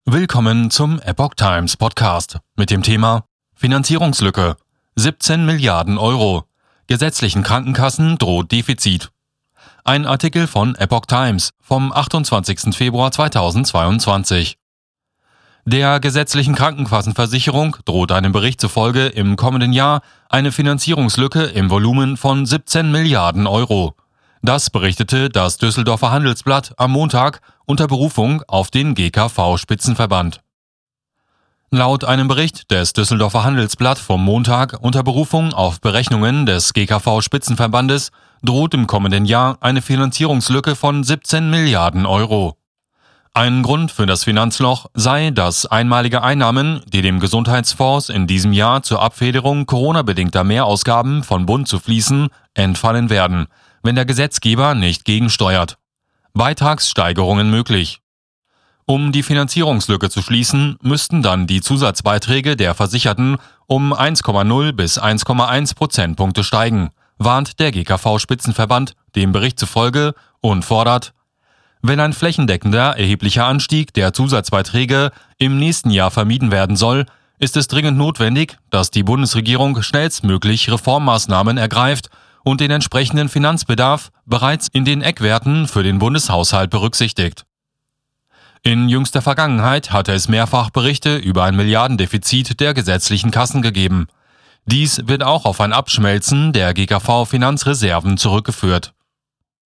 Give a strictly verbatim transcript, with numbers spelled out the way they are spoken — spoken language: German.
Willkommen zum Epoch Times Podcast mit dem Thema Finanzierungslücke. siebzehn Milliarden Euro. Gesetzlichen Krankenkassen droht Defizit. Ein Artikel von Epoch Times vom achtundzwanzigsten Februar zweitausendzweiundzwanzig. Der gesetzlichen Krankenkassenversicherung droht einem Bericht zufolge im kommenden Jahr eine Finanzierungslücke im Volumen von siebzehn Milliarden Euro. Das berichtete das Düsseldorfer Handelsblatt am Montag unter Berufung auf den G K V-Spitzenverband. Laut einem Bericht des Düsseldorfer Handelsblatt vom Montag unter Berufung auf Berechnungen des G K V-Spitzenverbandes droht im kommenden Jahr eine Finanzierungslücke von siebzehn Milliarden Euro. Ein Grund für das Finanzloch sei, dass einmalige Einnahmen, die dem Gesundheitsfonds in diesem Jahr zur Abfederung Corona-bedingter Mehrausgaben von Bund zu fließen, entfallen werden, wenn der Gesetzgeber nicht gegensteuert. Beitragssteigerungen möglich. Um die Finanzierungslücke zu schließen, müssten dann die Zusatzbeiträge der Versicherten um eins Komma null bis eins Komma eins Prozentpunkte steigen, warnt der G K V-Spitzenverband dem Bericht zufolge und fordert: Wenn ein flächendeckender erheblicher Anstieg der Zusatzbeiträge im nächsten Jahr vermieden werden soll, ist es dringend notwendig, dass die Bundesregierung schnellstmöglich Reformmaßnahmen ergreift und den entsprechenden Finanzbedarf bereits in den Eckwerten für den Bundeshaushalt berücksichtigt. In jüngster Vergangenheit hatte es mehrfach Berichte über ein Milliardendefizit der gesetzlichen Kassen gegeben. Dies wird auch auf ein Abschmelzen der G K V-Finanzreserven zurückgeführt.